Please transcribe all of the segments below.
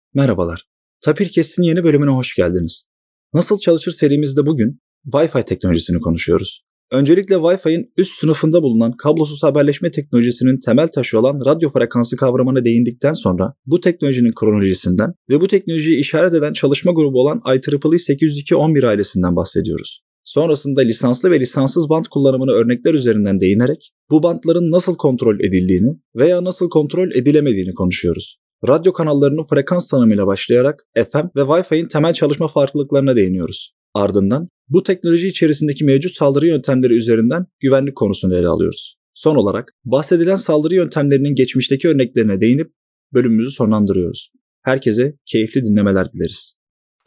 Merhabalar. Tapirkest'in yeni bölümüne hoş geldiniz. Nasıl çalışır serimizde bugün Wi-Fi teknolojisini konuşuyoruz. Öncelikle Wi-Fi'nin üst sınıfında bulunan kablosuz haberleşme teknolojisinin temel taşı olan radyo frekansı kavramına değindikten sonra bu teknolojinin kronolojisinden ve bu teknolojiyi işaret eden çalışma grubu olan IEEE 802.11 ailesinden bahsediyoruz. Sonrasında lisanslı ve lisanssız bant kullanımını örnekler üzerinden değinerek bu bantların nasıl kontrol edildiğini veya nasıl kontrol edilemediğini konuşuyoruz. Radyo kanallarının frekans tanımıyla başlayarak FM ve Wi-Fi'nin temel çalışma farklılıklarına değiniyoruz. Ardından bu teknoloji içerisindeki mevcut saldırı yöntemleri üzerinden güvenlik konusunu ele alıyoruz. Son olarak bahsedilen saldırı yöntemlerinin geçmişteki örneklerine değinip bölümümüzü sonlandırıyoruz. Herkese keyifli dinlemeler dileriz.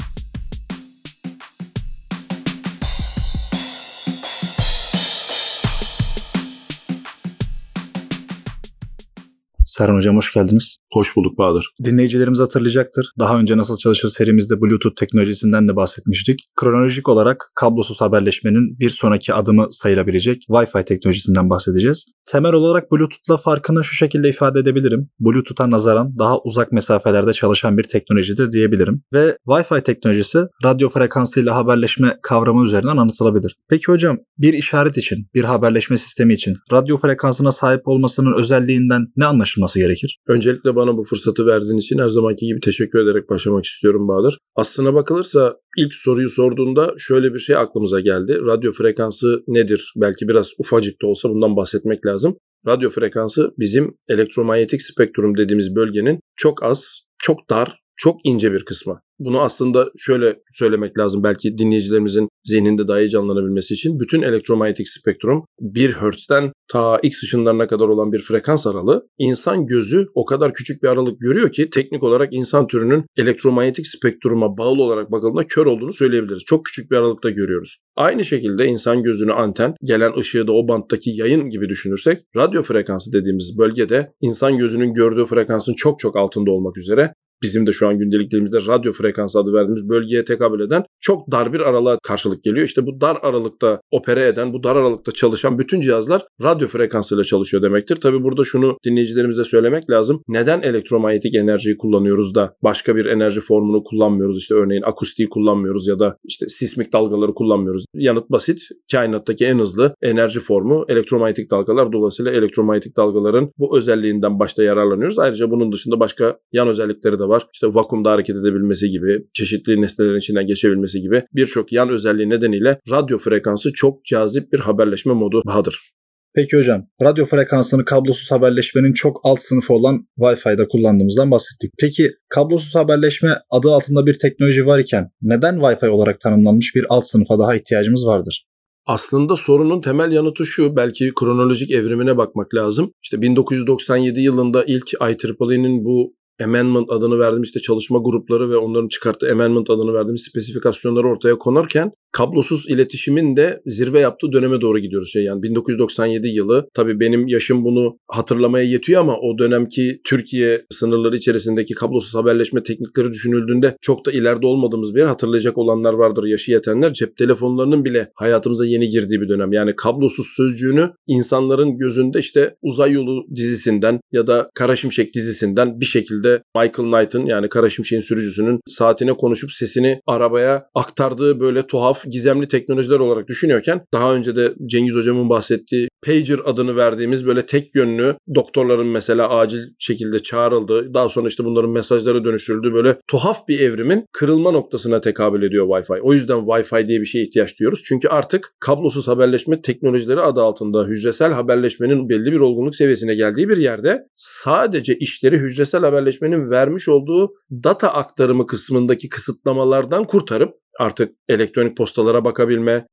Serhan Hocam hoş geldiniz. Hoş bulduk Bahadır. Dinleyicilerimiz hatırlayacaktır. Daha önce Nasıl Çalışır serimizde Bluetooth teknolojisinden de bahsetmiştik. Kronolojik olarak kablosuz haberleşmenin bir sonraki adımı sayılabilecek Wi-Fi teknolojisinden bahsedeceğiz. Temel olarak Bluetooth'la farkını şu şekilde ifade edebilirim. Bluetooth'a nazaran daha uzak mesafelerde çalışan bir teknolojidir diyebilirim. Ve Wi-Fi teknolojisi radyo frekansıyla haberleşme kavramı üzerinden anlatılabilir. Peki hocam bir işaret için, bir haberleşme sistemi için radyo frekansına sahip olmasının özelliğinden ne anlaşılması gerekir? Öncelikle bana bu fırsatı verdiğin için her zamanki gibi teşekkür ederek başlamak istiyorum Bahadır. Aslına bakılırsa ilk soruyu sorduğunda şöyle bir şey aklımıza geldi. Radyo frekansı nedir? Belki biraz ufacık da olsa bundan bahsetmek lazım. Radyo frekansı bizim elektromanyetik spektrum dediğimiz bölgenin çok az, çok dar, çok ince bir kısmı. Bunu aslında şöyle söylemek lazım belki dinleyicilerimizin zihninde daha iyi canlanabilmesi için. Bütün elektromanyetik spektrum 1 Hz'den ta X ışınlarına kadar olan bir frekans aralığı. İnsan gözü o kadar küçük bir aralık görüyor ki teknik olarak insan türünün elektromanyetik spektruma bağlı olarak bakıldığında kör olduğunu söyleyebiliriz. Çok küçük bir aralıkta görüyoruz. Aynı şekilde insan gözünü anten, gelen ışığı da o banttaki yayın gibi düşünürsek radyo frekansı dediğimiz bölgede insan gözünün gördüğü frekansın çok çok altında olmak üzere bizim de şu an gündeliklerimizde radyo frekansı adı verdiğimiz bölgeye tekabül eden çok dar bir aralığa karşılık geliyor. İşte bu dar aralıkta opere eden, bu dar aralıkta çalışan bütün cihazlar radyo frekansıyla çalışıyor demektir. Tabii burada şunu dinleyicilerimize söylemek lazım. Neden elektromanyetik enerjiyi kullanıyoruz da başka bir enerji formunu kullanmıyoruz? İşte örneğin akustiği kullanmıyoruz ya da işte sismik dalgaları kullanmıyoruz. Yanıt basit. Kainattaki en hızlı enerji formu elektromanyetik dalgalar. Dolayısıyla elektromanyetik dalgaların bu özelliğinden başta yararlanıyoruz. Ayrıca bunun dışında başka yan özellikleri de var. İşte vakumda hareket edebilmesi gibi, çeşitli nesnelerin içinden geçebilmesi gibi birçok yan özelliği nedeniyle radyo frekansı çok cazip bir haberleşme modu Bahadır. Peki hocam, radyo frekansını kablosuz haberleşmenin çok alt sınıfı olan Wi-Fi'de kullandığımızdan bahsettik. Peki kablosuz haberleşme adı altında bir teknoloji var iken neden Wi-Fi olarak tanımlanmış bir alt sınıfa daha ihtiyacımız vardır? Aslında sorunun temel yanıtı şu, belki kronolojik evrimine bakmak lazım. İşte 1997 yılında ilk IEEE'nin bu amendment adını verdiğimiz işte çalışma grupları ve onların çıkarttığı amendment adını verdiğimiz spesifikasyonları ortaya konarken kablosuz iletişimin de zirve yaptığı döneme doğru gidiyoruz. Yani 1997 yılı, tabii benim yaşım bunu hatırlamaya yetiyor ama o dönemki Türkiye sınırları içerisindeki kablosuz haberleşme teknikleri düşünüldüğünde çok da ileride olmadığımız bir yer. Hatırlayacak olanlar vardır, yaşı yetenler. Cep telefonlarının bile hayatımıza yeni girdiği bir dönem. Yani kablosuz sözcüğünü insanların gözünde işte Uzay Yolu dizisinden ya da Kara Şimşek dizisinden bir şekilde Michael Knight'ın, yani Kara Şimşek'in sürücüsünün saatine konuşup sesini arabaya aktardığı böyle tuhaf, gizemli teknolojiler olarak düşünüyorken daha önce de Cengiz hocamın bahsettiği pager adını verdiğimiz böyle tek yönlü doktorların mesela acil şekilde çağrıldığı, daha sonra işte bunların mesajlara dönüştürüldüğü böyle tuhaf bir evrimin kırılma noktasına tekabül ediyor Wi-Fi. O yüzden Wi-Fi diye bir şeye ihtiyaç duyuyoruz. Çünkü artık kablosuz haberleşme teknolojileri adı altında hücresel haberleşmenin belli bir olgunluk seviyesine geldiği bir yerde sadece işleri hücresel haberleşmenin vermiş olduğu data aktarımı kısmındaki kısıtlamalardan kurtarıp artık elektronik postalara bakabilme,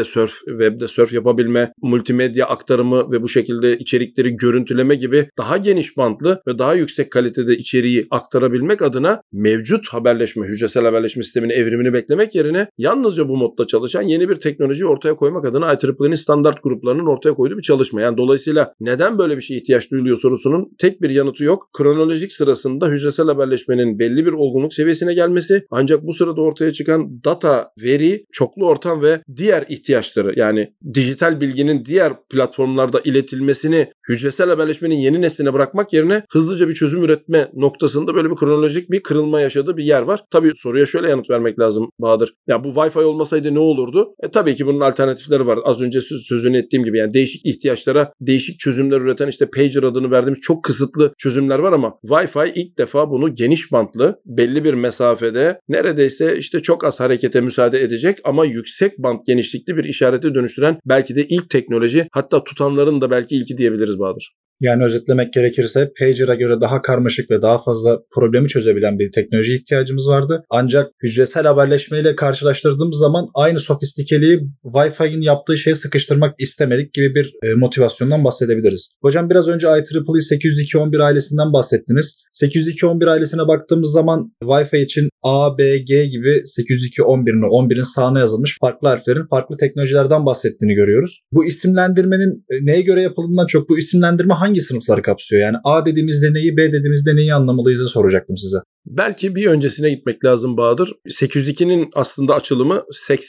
webde surf yapabilme, multimedya aktarımı ve bu şekilde içerikleri görüntüleme gibi daha geniş bantlı ve daha yüksek kalitede içeriği aktarabilmek adına mevcut haberleşme, hücresel haberleşme sisteminin evrimini beklemek yerine yalnızca bu modda çalışan yeni bir teknolojiyi ortaya koymak adına IEEE'nin standart gruplarının ortaya koyduğu bir çalışma. Yani dolayısıyla neden böyle bir şeye ihtiyaç duyuluyor sorusunun tek bir yanıtı yok. Kronolojik sırasında hücresel haberleşmenin belli bir olgunluk seviyesine gelmesi, ancak bu sırada ortaya çıkan data data, veri, çoklu ortam ve diğer ihtiyaçları, yani dijital bilginin diğer platformlarda iletilmesini hücresel haberleşmenin yeni nesline bırakmak yerine hızlıca bir çözüm üretme noktasında böyle bir kronolojik bir kırılma yaşadığı bir yer var. Tabii soruya şöyle yanıt vermek lazım Bahadır. Ya bu Wi-Fi olmasaydı ne olurdu? Tabii ki bunun alternatifleri var. Az önce sözünü ettiğim gibi, yani değişik ihtiyaçlara değişik çözümler üreten, işte pager adını verdiğimiz çok kısıtlı çözümler var ama Wi-Fi ilk defa bunu geniş bantlı, belli bir mesafede, neredeyse işte çok az harekete müsaade edecek ama yüksek bant genişlikli bir işarete dönüştüren belki de ilk teknoloji, hatta tutanların da belki ilki diyebiliriz Bahadır. Yani özetlemek gerekirse pager'a göre daha karmaşık ve daha fazla problemi çözebilen bir teknoloji ihtiyacımız vardı. Ancak hücresel haberleşmeyle karşılaştırdığımız zaman aynı sofistikeliği Wi-Fi'nin yaptığı şeye sıkıştırmak istemedik gibi bir motivasyondan bahsedebiliriz. Hocam biraz önce IEEE 802.11 ailesinden bahsettiniz. 802.11 ailesine baktığımız zaman Wi-Fi için A, B, G gibi 802.11'in 11'in sağına yazılmış farklı harflerin farklı teknolojilerden bahsettiğini görüyoruz. Bu isimlendirmenin neye göre yapıldığından çok bu isimlendirme hangi sınıfları kapsıyor? Yani A dediğimizde neyi, B dediğimizde neyi anlamalıyızı soracaktım size. Belki bir öncesine gitmek lazım Bahadır. 802'nin aslında açılımı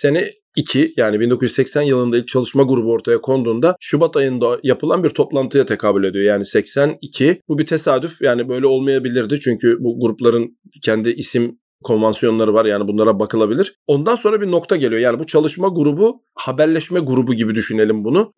82, yani 1980 yılında ilk çalışma grubu ortaya konduğunda Şubat ayında yapılan bir toplantıya tekabül ediyor. Yani 82. Bu bir tesadüf, yani böyle olmayabilirdi çünkü bu grupların kendi isim konvansiyonları var, yani bunlara bakılabilir. Ondan sonra bir nokta geliyor. Yani bu çalışma grubu haberleşme grubu gibi düşünelim bunu.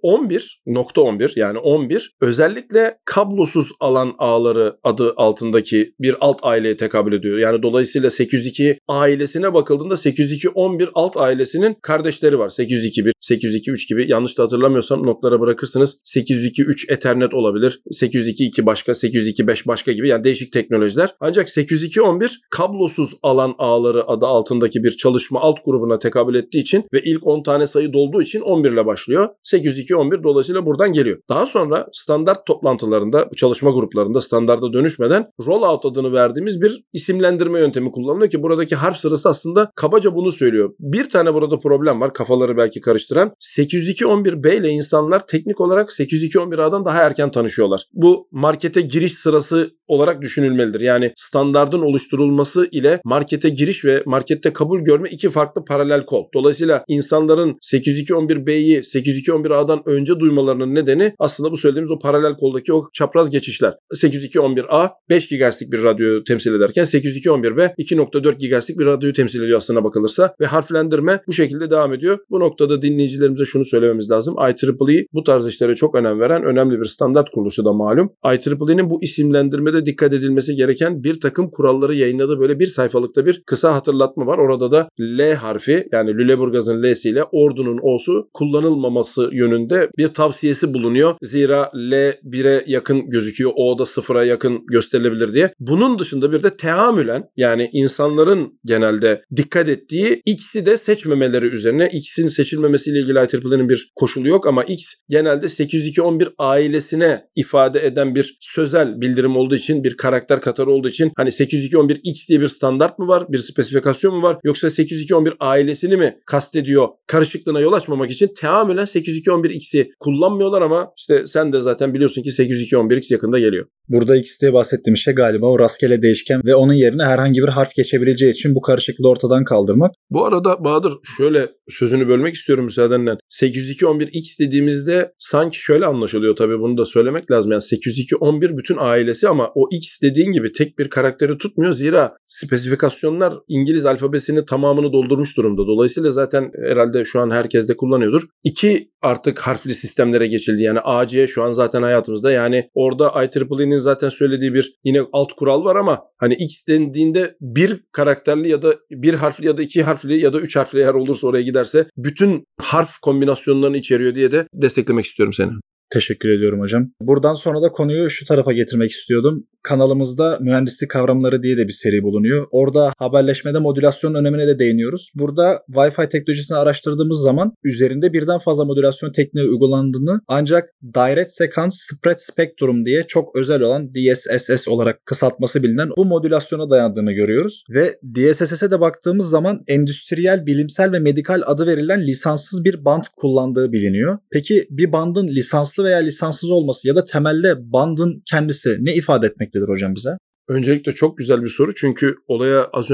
11.11 yani 11 özellikle kablosuz alan ağları adı altındaki bir alt aileye tekabül ediyor. Yani dolayısıyla 802 ailesine bakıldığında 802.11 alt ailesinin kardeşleri var. 802.1, 802.3 gibi, yanlış da hatırlamıyorsam notlara bırakırsınız. 802.3 Ethernet olabilir. 802.2 başka, 802.5 başka gibi, yani değişik teknolojiler. Ancak 802.11 kablosuz alan ağları adı altındaki bir çalışma alt grubuna tekabül ettiği için ve ilk 10 tane sayı dolduğu için 11 ile başlıyor. 802.11 dolayısıyla buradan geliyor. Daha sonra standart toplantılarında, bu çalışma gruplarında standarda dönüşmeden rollout adını verdiğimiz bir isimlendirme yöntemi kullanılıyor ki buradaki harf sırası aslında kabaca bunu söylüyor. Bir tane burada problem var, kafaları belki karıştıran. 802.11b ile insanlar teknik olarak 802.11a'dan daha erken tanışıyorlar. Bu markete giriş sırası olarak düşünülmelidir. Yani standardın oluşturulması ile markete giriş ve markette kabul görme iki farklı paralel kol. Dolayısıyla insanların 802.11b'yi 802.11a'dan önce duymalarının nedeni aslında bu söylediğimiz o paralel koldaki o çapraz geçişler. 802.11a 5 GHz'lik bir radyoyu temsil ederken 802.11b 2.4 GHz'lik bir radyoyu temsil ediyor aslına bakılırsa ve harflendirme bu şekilde devam ediyor. Bu noktada dinleyicilerimize şunu söylememiz lazım. IEEE bu tarz işlere çok önem veren önemli bir standart kuruluşu da malum. IEEE'nin bu isimlendirmede dikkat edilmesi gereken bir takım kuralları yayınladığı böyle bir sayfalıkta bir kısa hatırlatma var. Orada da L harfi, yani Lüleburgaz'ın L'siyle Ordu'nun O'su kullanılmaması yönünde bir tavsiyesi bulunuyor. Zira L 1'e yakın gözüküyor, O da 0'a yakın gösterilebilir diye. Bunun dışında bir de teamülen, yani insanların genelde dikkat ettiği X'i de seçmemeleri üzerine. X'in seçilmemesiyle ilgili IEEE'nin bir koşulu yok ama X genelde 802.11 ailesine ifade eden bir sözel bildirim olduğu için, bir karakter katarı olduğu için hani 802.11 X diye bir standart mı var, bir spesifikasyon mu var, yoksa 802.11 ailesini mi kastediyor? Karışıklığına yol açmamak için teamülen 802.11x'i kullanmıyorlar ama işte sen de zaten biliyorsun ki 802.11x yakında geliyor. Burada X diye bahsettiğim şey galiba o rastgele değişken ve onun yerine herhangi bir harf geçebileceği için bu karışıklığı ortadan kaldırmak. Bu arada Bahadır, şöyle sözünü bölmek istiyorum müsaadenle. 802.11x dediğimizde sanki şöyle anlaşılıyor, tabii bunu da söylemek lazım. Yani 802.11 bütün ailesi ama o X dediğin gibi tek bir karakteri tutmuyor. Zira spesifikasyonlar İngiliz alfabesini tamamını doldurmuş durumda. Dolayısıyla zaten herhalde şu an herkes de kullanıyordur. 2 artık harfli sistemlere geçildi. Yani AC şu an zaten hayatımızda. Yani orada IEEE'nin zaten söylediği bir yine alt kural var ama hani X dendiğinde bir karakterli ya da bir harfli ya da 2 harfli ya da 3 harfli eğer olursa oraya giderse bütün harf kombinasyonlarını içeriyor diye de desteklemek istiyorum seni. Teşekkür ediyorum hocam. Buradan sonra da konuyu şu tarafa getirmek istiyordum. Kanalımızda mühendislik kavramları diye de bir seri bulunuyor. Orada haberleşmede modülasyon önemine de değiniyoruz. Burada Wi-Fi teknolojisini araştırdığımız zaman üzerinde birden fazla modülasyon tekniği uygulandığını, ancak Direct Sequence Spread Spectrum diye çok özel olan DSSS olarak kısaltması bilinen bu modülasyona dayandığını görüyoruz. Ve DSSS'e de baktığımız zaman endüstriyel, bilimsel ve medikal adı verilen lisanssız bir band kullandığı biliniyor. Peki bir bandın lisanslı veya lisanssız olması ya da temelde bandın kendisi ne ifade etmektedir hocam bize? Öncelikle çok güzel bir soru çünkü olaya az önce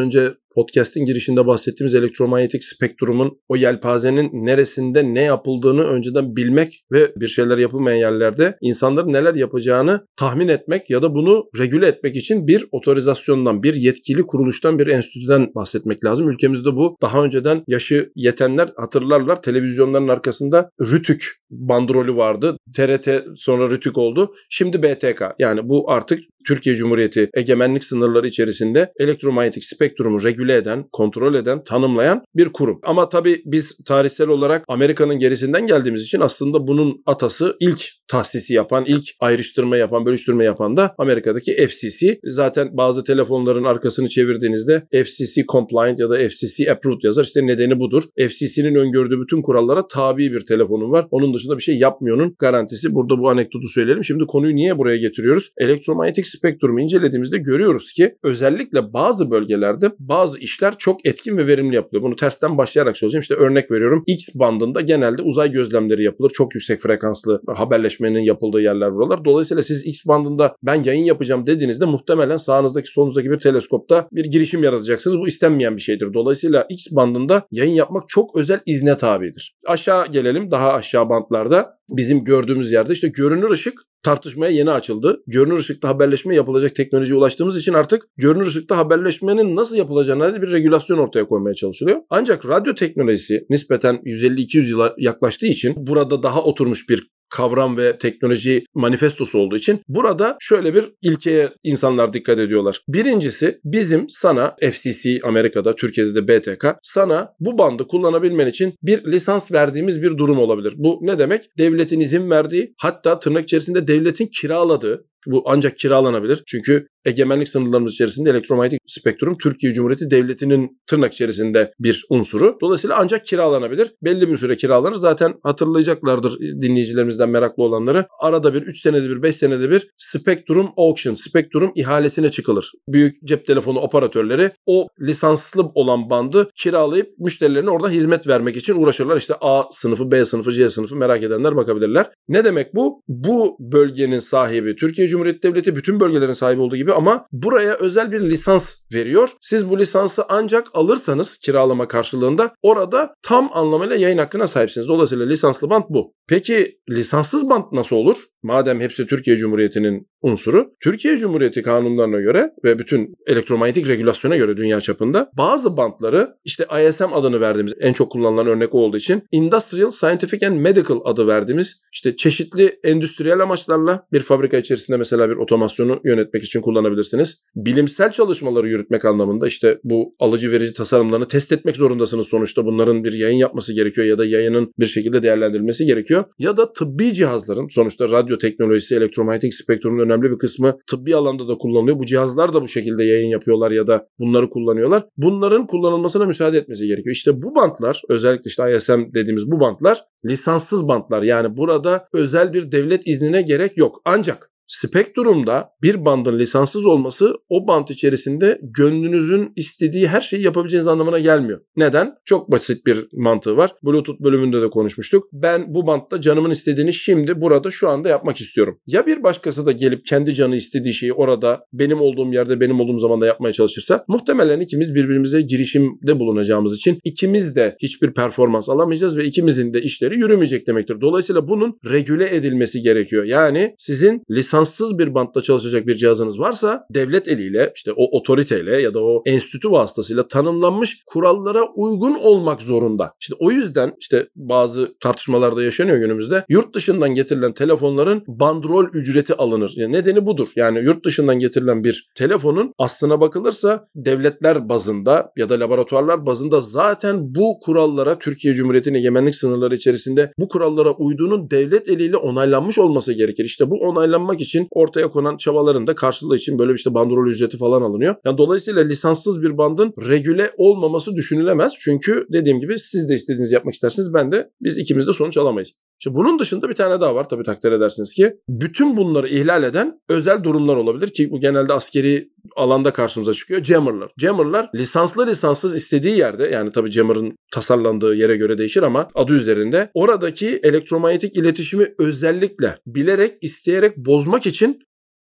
podcast'in girişinde bahsettiğimiz elektromanyetik spektrumun o yelpazenin neresinde ne yapıldığını önceden bilmek ve bir şeyler yapılmayan yerlerde insanların neler yapacağını tahmin etmek ya da bunu regüle etmek için bir otorizasyondan, bir yetkili kuruluştan, bir enstitüden bahsetmek lazım. Ülkemizde bu daha önceden yaşı yetenler hatırlarlar. Televizyonların arkasında RTÜK bandrolü vardı. TRT sonra RTÜK oldu. Şimdi BTK. Yani bu artık Türkiye Cumhuriyeti egemenlik sınırları içerisinde elektromanyetik spektrumu regüle eden, kontrol eden, tanımlayan bir kurum. Ama tabii biz tarihsel olarak Amerika'nın gerisinden geldiğimiz için aslında bunun atası ilk tahsisi yapan, ilk ayrıştırma yapan, bölüştürme yapan da Amerika'daki FCC. Zaten bazı telefonların arkasını çevirdiğinizde FCC compliant ya da FCC approved yazar. İşte nedeni budur. FCC'nin öngördüğü bütün kurallara tabi bir telefonun var. Onun dışında bir şey yapmıyor'nun garantisi. Burada bu anekdotu söyleyelim. Şimdi konuyu niye buraya getiriyoruz? Elektromanyetik spektrumu incelediğimizde görüyoruz ki özellikle bazı bölgelerde bazı işler çok etkin ve verimli yapılıyor. Bunu tersten başlayarak söyleyeceğim. İşte örnek veriyorum. X bandında genelde uzay gözlemleri yapılır. Çok yüksek frekanslı haberleşmenin yapıldığı yerler buralar. Dolayısıyla siz X bandında ben yayın yapacağım dediğinizde muhtemelen sağınızdaki solunuzdaki bir teleskopta bir girişim yaratacaksınız. Bu istenmeyen bir şeydir. Dolayısıyla X bandında yayın yapmak çok özel izne tabidir. Aşağı gelelim. Daha aşağı bandlarda bizim gördüğümüz yerde işte görünür ışık tartışmaya yeni açıldı. Görünür ışıkta haberleşme yapılacak teknolojiye ulaştığımız için artık görünür ışıkta haberleşmenin nasıl yapılacağına bir regülasyon ortaya koymaya çalışılıyor. Ancak radyo teknolojisi nispeten 150-200 yıla yaklaştığı için burada daha oturmuş bir kavram ve teknoloji manifestosu olduğu için burada şöyle bir ilkeye insanlar dikkat ediyorlar. Birincisi bizim sana FCC Amerika'da, Türkiye'de de BTK sana bu bandı kullanabilmen için bir lisans verdiğimiz bir durum olabilir. Bu ne demek? Devletin izin verdiği, hatta tırnak içerisinde devletin kiraladığı, bu ancak kiralanabilir. Çünkü egemenlik sınırlarımız içerisinde elektromanyetik spektrum Türkiye Cumhuriyeti Devleti'nin tırnak içerisinde bir unsuru. Dolayısıyla ancak kiralanabilir. Belli bir süre kiralanır. Zaten hatırlayacaklardır dinleyicilerimizden meraklı olanları. Arada bir, 3 senede bir, 5 senede bir spektrum auction, spektrum ihalesine çıkılır. Büyük cep telefonu operatörleri o lisanslı olan bandı kiralayıp müşterilerine orada hizmet vermek için uğraşırlar. İşte A sınıfı, B sınıfı, C sınıfı merak edenler bakabilirler. Ne demek bu? Bu bölgenin sahibi Türkiye Cumhuriyeti Devleti bütün bölgelerin sahibi olduğu gibi ama buraya özel bir lisans veriyor. Siz bu lisansı ancak alırsanız kiralama karşılığında orada tam anlamıyla yayın hakkına sahipsiniz. Dolayısıyla lisanslı band bu. Peki lisanssız band nasıl olur? Madem hepsi Türkiye Cumhuriyeti'nin unsuru, Türkiye Cumhuriyeti kanunlarına göre ve bütün elektromanyetik regülasyona göre dünya çapında bazı bantları işte ISM adını verdiğimiz en çok kullanılan örnek olduğu için Industrial, Scientific and Medical adı verdiğimiz işte çeşitli endüstriyel amaçlarla bir fabrika içerisinde mesela bir otomasyonu yönetmek için kullanabilirsiniz. Bilimsel çalışmaları yürütmek anlamında işte bu alıcı verici tasarımlarını test etmek zorundasınız sonuçta. Bunların bir yayın yapması gerekiyor ya da yayının bir şekilde değerlendirilmesi gerekiyor. Ya da tıbbi cihazların sonuçta radyo teknolojisi, elektromanyetik spektrumun önemli bir kısmı tıbbi alanda da kullanılıyor. Bu cihazlar da bu şekilde yayın yapıyorlar ya da bunları kullanıyorlar. Bunların kullanılmasına müsaade etmesi gerekiyor. İşte bu bantlar, özellikle işte ISM dediğimiz bu bantlar lisanssız bantlar. Yani burada özel bir devlet iznine gerek yok. Ancak spektrumda bir bandın lisanssız olması o band içerisinde gönlünüzün istediği her şeyi yapabileceğiniz anlamına gelmiyor. Neden? Çok basit bir mantığı var. Bluetooth bölümünde de konuşmuştuk. Ben bu bandta canımın istediğini şimdi burada şu anda yapmak istiyorum. Ya bir başkası da gelip kendi canı istediği şeyi orada benim olduğum yerde benim olduğum zamanda yapmaya çalışırsa muhtemelen ikimiz birbirimize girişimde bulunacağımız için ikimiz de hiçbir performans alamayacağız ve ikimizin de işleri yürümeyecek demektir. Dolayısıyla bunun regüle edilmesi gerekiyor. Yani sizin lisanssız bir bantta çalışacak bir cihazınız varsa devlet eliyle işte o otoriteyle ya da o enstitü vasıtasıyla tanımlanmış kurallara uygun olmak zorunda. İşte o yüzden işte bazı tartışmalarda yaşanıyor günümüzde. Yurt dışından getirilen telefonların bandrol ücreti alınır. Yani nedeni budur. Yani yurt dışından getirilen bir telefonun aslına bakılırsa devletler bazında ya da laboratuvarlar bazında zaten bu kurallara Türkiye Cumhuriyeti'nin egemenlik sınırları içerisinde bu kurallara uyduğunun devlet eliyle onaylanmış olması gerekir. İşte bu onaylanmak için ortaya konan çabaların da karşılığı için böyle işte bandrol ücreti falan alınıyor. Yani dolayısıyla lisanssız bir bandın regüle olmaması düşünülemez. Çünkü dediğim gibi siz de istediğinizi yapmak istersiniz. Biz ikimiz de sonuç alamayız. İşte bunun dışında bir tane daha var. Tabii takdir edersiniz ki bütün bunları ihlal eden özel durumlar olabilir ki bu genelde askeri alanda karşımıza çıkıyor. Jammer'lar. Jammer'lar lisanssız istediği yerde yani tabii jammer'ın tasarlandığı yere göre değişir ama adı üzerinde oradaki elektromanyetik iletişimi özellikle bilerek, isteyerek bozmak için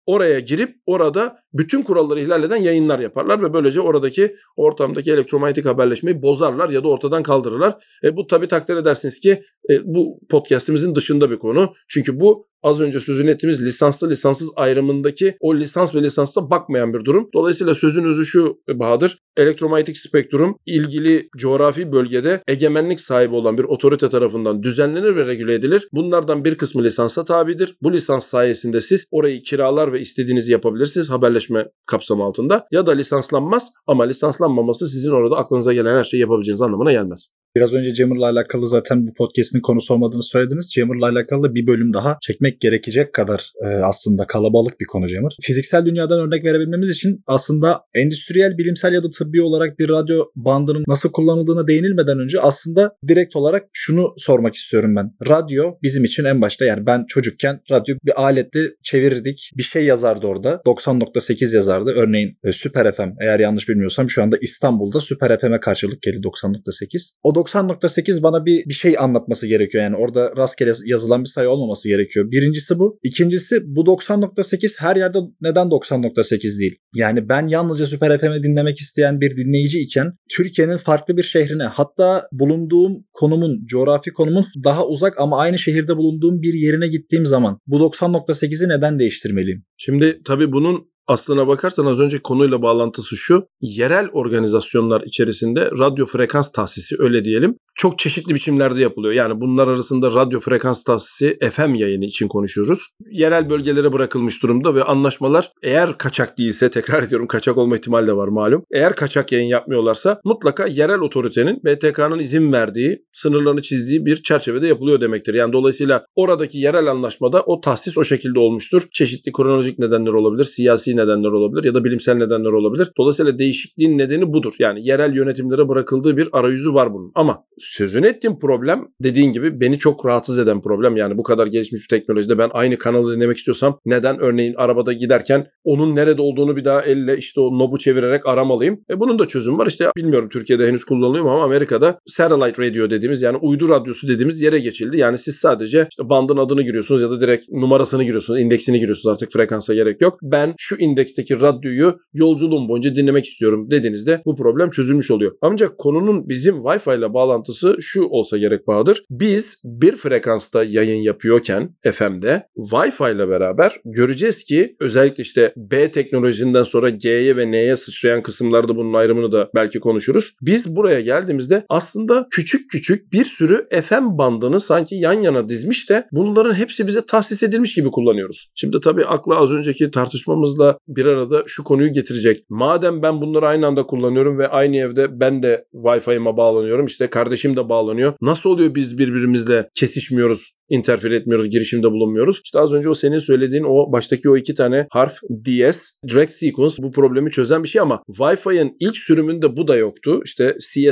oraya girip orada bütün kuralları ihlal eden yayınlar yaparlar ve böylece oradaki ortamdaki elektromanyetik haberleşmeyi bozarlar ya da ortadan kaldırırlar. Bu tabii takdir edersiniz ki bu podcast'imizin dışında bir konu. Çünkü bu az önce sözünü ettiğimiz lisanslı lisanssız ayrımındaki o lisans ve lisansa bakmayan bir durum. Dolayısıyla sözün özü şu Bahadır. Elektromanyetik spektrum ilgili coğrafi bölgede egemenlik sahibi olan bir otorite tarafından düzenlenir ve regüle edilir. Bunlardan bir kısmı lisansa tabidir. Bu lisans sayesinde siz orayı kiralar ve istediğinizi yapabilirsiniz haberleşme kapsamı altında. Ya da lisanslanmaz ama lisanslanmaması sizin orada aklınıza gelen her şeyi yapabileceğiniz anlamına gelmez. Biraz önce Jammer'la alakalı zaten bu podcast'in konusu olmadığını söylediniz. Jammer'la alakalı da bir bölüm daha çekmek gerekecek kadar aslında kalabalık bir konu Jammer. Fiziksel dünyadan örnek verebilmemiz için aslında endüstriyel, bilimsel ya da tıbbi olarak bir radyo bandının nasıl kullanıldığına değinilmeden önce aslında direkt olarak şunu sormak istiyorum ben. Radyo bizim için en başta, yani ben çocukken radyo bir aletle çevirirdik. Bir şey yazardı orada. 90.8 yazardı. Örneğin Süper FM, eğer yanlış bilmiyorsam şu anda İstanbul'da Süper FM'e karşılık geliyor 90.8. O 90.8 bana bir şey anlatması gerekiyor. Yani orada rastgele yazılan bir sayı olmaması gerekiyor. Birincisi bu. İkincisi, bu 90.8 her yerde neden 90.8 değil? Yani ben yalnızca Süper FM'i dinlemek isteyen bir dinleyici iken Türkiye'nin farklı bir şehrine, hatta bulunduğum konumun, coğrafi konumun daha uzak ama aynı şehirde bulunduğum bir yerine gittiğim zaman bu 90.8'i neden değiştirmeliyim? Şimdi tabii bunun aslına bakarsan az önce konuyla bağlantısı şu. Yerel organizasyonlar içerisinde radyo frekans tahsisi, öyle diyelim, çok çeşitli biçimlerde yapılıyor. Yani bunlar arasında radyo frekans tahsisi FM yayını için konuşuyoruz. Yerel bölgelere bırakılmış durumda ve anlaşmalar eğer kaçak değilse, tekrar ediyorum kaçak olma ihtimali de var malum. Eğer kaçak yayın yapmıyorlarsa mutlaka yerel otoritenin, BTK'nın izin verdiği, sınırlarını çizdiği bir çerçevede yapılıyor demektir. Yani dolayısıyla oradaki yerel anlaşmada o tahsis o şekilde olmuştur. Çeşitli kronolojik nedenler olabilir, siyasi nedenler olabilir ya da bilimsel nedenler olabilir. Dolayısıyla değişikliğin nedeni budur. Yani yerel yönetimlere bırakıldığı bir arayüzü var bunun. Ama sözünü ettiğim problem, dediğin gibi beni çok rahatsız eden problem. Yani bu kadar gelişmiş bir teknolojide ben aynı kanalı dinlemek istiyorsam neden örneğin arabada giderken onun nerede olduğunu bir daha elle işte o knob'u çevirerek aramalıyım? Bunun da çözümü var. İşte bilmiyorum Türkiye'de henüz kullanılıyor mu ama Amerika'da satellite radio dediğimiz, yani uydu radyosu dediğimiz yere geçildi. Yani siz sadece işte bandın adını giriyorsunuz ya da direkt numarasını giriyorsunuz, indeksini giriyorsunuz, artık frekansa gerek yok. Ben şu indeksteki radyoyu yolculuğum boyunca dinlemek istiyorum dediğinizde bu problem çözülmüş oluyor. Ancak konunun bizim Wi-Fi ile bağlantısı şu olsa gerek Bahadır. Biz bir frekansta yayın yapıyorken FM'de Wi-Fi ile beraber göreceğiz ki özellikle işte B teknolojisinden sonra G'ye ve N'ye sıçrayan kısımlarda bunun ayrımını da belki konuşuruz. Biz buraya geldiğimizde aslında küçük küçük bir sürü FM bandını sanki yan yana dizmiş de bunların hepsi bize tahsis edilmiş gibi kullanıyoruz. Şimdi tabii akla az önceki tartışmamızla bir arada şu konuyu getirecek. Madem ben bunları aynı anda kullanıyorum ve aynı evde ben de Wi-Fi'ma bağlanıyorum, işte kardeşim de bağlanıyor. Nasıl oluyor biz birbirimizle kesişmiyoruz, interfere etmiyoruz, girişimde bulunmuyoruz? İşte az önce o senin söylediğin o baştaki o iki tane harf DS, Direct Sequence, bu problemi çözen bir şey ama Wi-Fi'nin ilk sürümünde bu da yoktu. İşte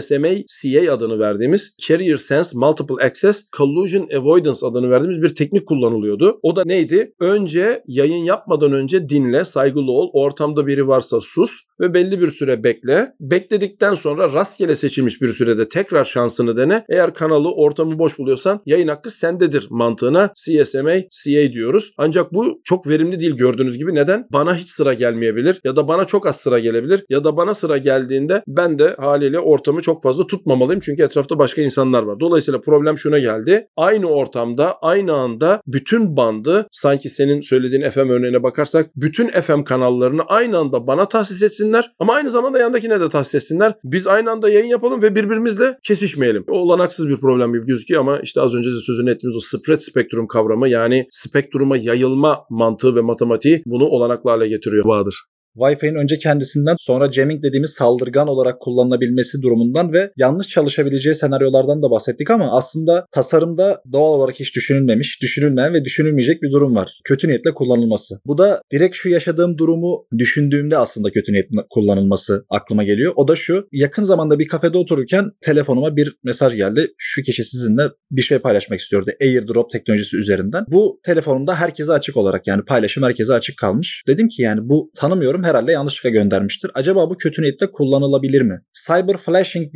CSMA adını verdiğimiz Carrier Sense Multiple Access Collision Avoidance adını verdiğimiz bir teknik kullanılıyordu. O da neydi? Önce yayın yapmadan önce dinle, saygılı ol, ortamda biri varsa sus ve belli bir süre bekle. Bekledikten sonra rastgele seçilmiş bir sürede tekrar şansını dene. Eğer kanalı, ortamı boş buluyorsan yayın hakkı sendedir mantığına CSMA diyoruz. Ancak bu çok verimli değil gördüğünüz gibi. Neden? Bana hiç sıra gelmeyebilir ya da bana çok az sıra gelebilir ya da bana sıra geldiğinde ben de haliyle ortamı çok fazla tutmamalıyım çünkü etrafta başka insanlar var. Dolayısıyla problem şuna geldi. Aynı ortamda, aynı anda bütün bandı, sanki senin söylediğin FM örneğine bakarsak bütün FM kanallarını aynı anda bana tahsis etsinler ama aynı zamanda yandakine de tahsis etsinler. Biz aynı anda yayın yapalım ve birbirimizle kesişmeyelim. O olanaksız bir problem gibi gözüküyor ama işte az önce de sözünü ettiğimiz o spread spektrum kavramı, yani spektruma yayılma mantığı ve matematiği bunu olanaklı hale getiriyor Bahadır. Wi-Fi'nin önce kendisinden, sonra jamming dediğimiz saldırgan olarak kullanılabilmesi durumundan ve yanlış çalışabileceği senaryolardan da bahsettik ama aslında tasarımda doğal olarak hiç düşünülmemiş, düşünülmeyen ve düşünülmeyecek bir durum var. Kötü niyetle kullanılması. Bu da direkt şu yaşadığım durumu düşündüğümde aslında kötü niyetle kullanılması aklıma geliyor. O da şu: yakın zamanda bir kafede otururken telefonuma bir mesaj geldi. Şu kişi sizinle bir şey paylaşmak istiyordu. AirDrop teknolojisi üzerinden. Bu telefonumda herkese açık olarak, yani paylaşım herkese açık kalmış. Dedim ki yani bu tanımıyorum, herhalde yanlışlıkla göndermiştir. Acaba bu kötü niyetle kullanılabilir mi? Cyber flashing diye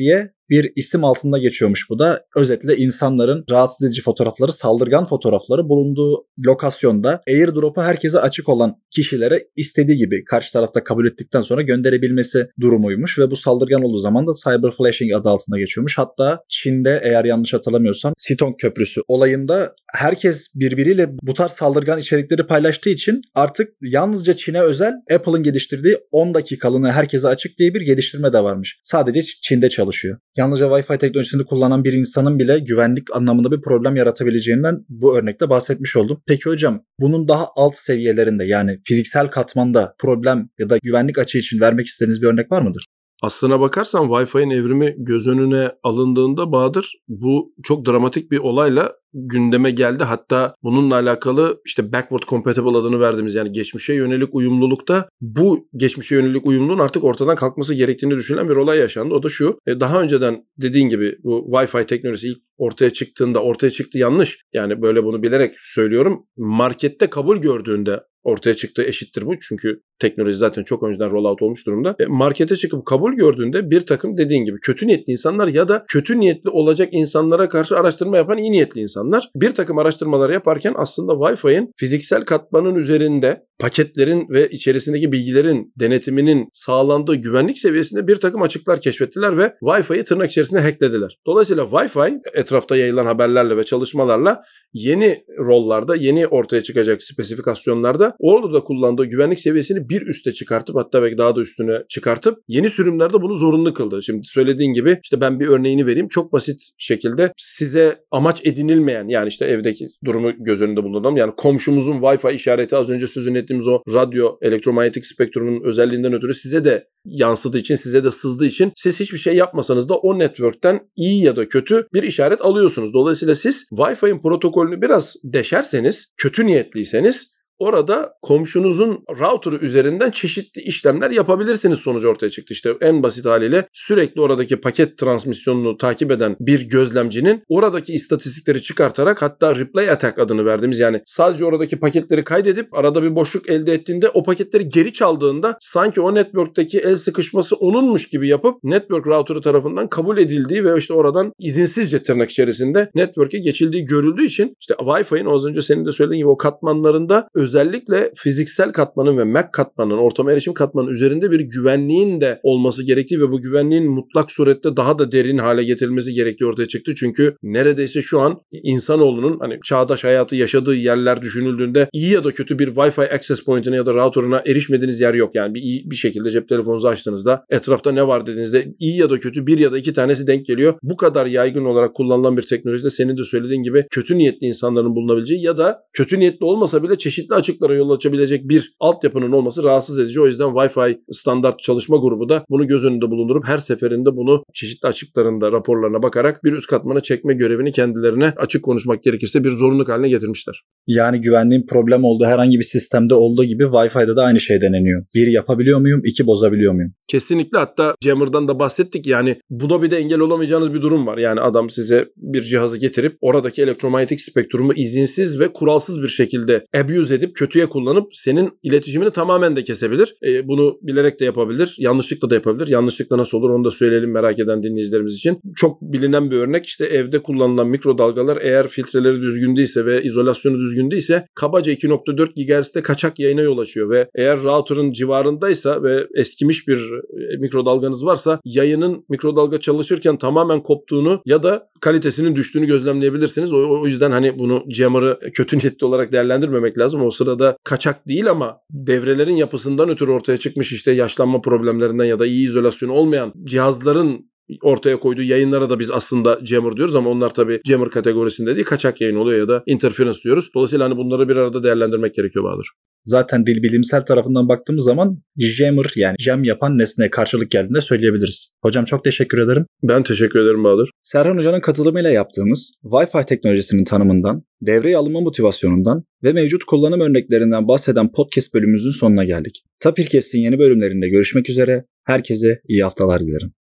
bir isim altında geçiyormuş bu da. Özetle insanların rahatsız edici fotoğrafları, saldırgan fotoğrafları bulunduğu lokasyonda airdrop'u herkese açık olan kişilere istediği gibi karşı tarafta kabul ettikten sonra gönderebilmesi durumuymuş ve bu saldırgan olduğu zaman da cyberflashing adı altında geçiyormuş. Hatta Çin'de eğer yanlış hatırlamıyorsam Sitong Köprüsü olayında herkes birbiriyle bu tarz saldırgan içerikleri paylaştığı için artık yalnızca Çin'e özel Apple'ın geliştirdiği 10 dakikalığına herkese açık diye bir geliştirme de varmış. Sadece Çin'de çalışıyor. Yalnızca Wi-Fi teknolojisini kullanan bir insanın bile güvenlik anlamında bir problem yaratabileceğinden bu örnekte bahsetmiş oldum. Peki hocam, bunun daha alt seviyelerinde yani fiziksel katmanda problem ya da güvenlik açığı için vermek istediğiniz bir örnek var mıdır? Aslına bakarsan Wi-Fi'nin evrimi göz önüne alındığında Bahadır, bu çok dramatik bir olayla gündeme geldi. Hatta bununla alakalı işte backward compatible adını verdiğimiz, yani geçmişe yönelik uyumlulukta bu geçmişe yönelik uyumluluğun artık ortadan kalkması gerektiğini düşünülen bir olay yaşandı. O da şu: daha önceden dediğin gibi bu Wi-Fi teknolojisi ilk ortaya çıktı yanlış. Yani böyle bunu bilerek söylüyorum. Markette kabul gördüğünde ortaya çıktığı eşittir bu. Çünkü teknoloji zaten çok önceden rollout olmuş durumda. Markete çıkıp kabul gördüğünde bir takım dediğin gibi kötü niyetli insanlar ya da kötü niyetli olacak insanlara karşı araştırma yapan iyi niyetli insanlar bir takım araştırmalar yaparken aslında Wi-Fi'nin fiziksel katmanın üzerinde paketlerin ve içerisindeki bilgilerin denetiminin sağlandığı güvenlik seviyesinde bir takım açıklar keşfettiler ve Wi-Fi'yi tırnak içerisinde hacklediler. Dolayısıyla Wi-Fi etrafta yayılan haberlerle ve çalışmalarla yeni rollarda, yeni ortaya çıkacak spesifikasyonlarda orada kullandığı güvenlik seviyesini bir üste çıkartıp, hatta belki daha da üstüne çıkartıp yeni sürümlerde bunu zorunlu kıldı. Şimdi söylediğin gibi işte ben bir örneğini vereyim. Çok basit şekilde size amaç edinilmeyen, yani işte evdeki durumu göz önünde bulunduralım. Yani komşumuzun Wi-Fi işareti az önce sözünü ettiğimiz o radyo elektromanyetik spektrumun özelliğinden ötürü size de yansıdığı için, size de sızdığı için siz hiçbir şey yapmasanız da o network'ten iyi ya da kötü bir işaret alıyorsunuz. Dolayısıyla siz Wi-Fi'nin protokolünü biraz deşerseniz, kötü niyetliyseniz orada komşunuzun router'ı üzerinden çeşitli işlemler yapabilirsiniz sonucu ortaya çıktı. İşte en basit haliyle sürekli oradaki paket transmisyonunu takip eden bir gözlemcinin oradaki istatistikleri çıkartarak, hatta replay attack adını verdiğimiz, yani sadece oradaki paketleri kaydedip arada bir boşluk elde ettiğinde o paketleri geri çaldığında sanki o network'teki el sıkışması onunmuş gibi yapıp network router'ı tarafından kabul edildiği ve işte oradan izinsizce tırnak içerisinde network'e geçildiği görüldüğü için işte Wi-Fi'nin az önce senin de söylediğin gibi o katmanlarında özellikle fiziksel katmanın ve MAC katmanının, ortama erişim katmanının üzerinde bir güvenliğin de olması gerektiği ve bu güvenliğin mutlak surette daha da derin hale getirilmesi gerektiği ortaya çıktı. Çünkü neredeyse şu an insanoğlunun hani çağdaş hayatı yaşadığı yerler düşünüldüğünde iyi ya da kötü bir Wi-Fi access point'ine ya da router'ına erişmediğiniz yer yok. Yani bir şekilde cep telefonunuzu açtığınızda etrafta ne var dediğinizde iyi ya da kötü bir ya da iki tanesi denk geliyor. Bu kadar yaygın olarak kullanılan bir teknolojide senin de söylediğin gibi kötü niyetli insanların bulunabileceği ya da kötü niyetli olmasa bile çeşitli açıklara yol açabilecek bir altyapının olması rahatsız edici. O yüzden Wi-Fi standart çalışma grubu da bunu göz önünde bulundurup her seferinde bunu çeşitli açıklarında, raporlarına bakarak bir üst katmana çekme görevini kendilerine, açık konuşmak gerekirse, bir zorunluluk haline getirmişler. Yani güvenliğin problem olduğu herhangi bir sistemde olduğu gibi Wi-Fi'de de aynı şey deneniyor. 1 yapabiliyor muyum, 2 bozabiliyor muyum? Kesinlikle. Hatta Jammer'dan da bahsettik. Yani buna bir de engel olamayacağınız bir durum var. Yani adam size bir cihazı getirip oradaki elektromanyetik spektrumu izinsiz ve kuralsız bir şekilde abuse edip kötüye kullanıp senin iletişimini tamamen de kesebilir. Bunu bilerek de yapabilir. Yanlışlıkla da yapabilir. Yanlışlıkla nasıl olur onu da söyleyelim merak eden dinleyicilerimiz için. Çok bilinen bir örnek, işte evde kullanılan mikrodalgalar eğer filtreleri düzgün değilse ve izolasyonu düzgün değilse kabaca 2.4 GHz'de kaçak yayına yol açıyor ve eğer router'ın civarındaysa ve eskimiş bir mikrodalganız varsa yayının mikrodalga çalışırken tamamen koptuğunu ya da kalitesinin düştüğünü gözlemleyebilirsiniz. O yüzden hani bunu Jammer'ı kötü niyetli olarak değerlendirmemek lazım. O sırada kaçak değil ama devrelerin yapısından ötürü ortaya çıkmış işte yaşlanma problemlerinden ya da iyi izolasyonu olmayan cihazların ortaya koyduğu yayınlara da biz aslında jammer diyoruz ama onlar tabii jammer kategorisinde değil, kaçak yayın oluyor ya da interference diyoruz. Dolayısıyla hani bunları bir arada değerlendirmek gerekiyor Bahadır. Zaten dil bilimsel tarafından baktığımız zaman jammer, yani jam yapan nesneye karşılık geldiğinde söyleyebiliriz. Hocam çok teşekkür ederim. Ben teşekkür ederim Bahadır. Serhan Hoca'nın katılımıyla yaptığımız Wi-Fi teknolojisinin tanımından, devreye alınma motivasyonundan ve mevcut kullanım örneklerinden bahseden podcast bölümümüzün sonuna geldik. Tapirkest'in yeni bölümlerinde görüşmek üzere. Herkese iyi haftalar dilerim.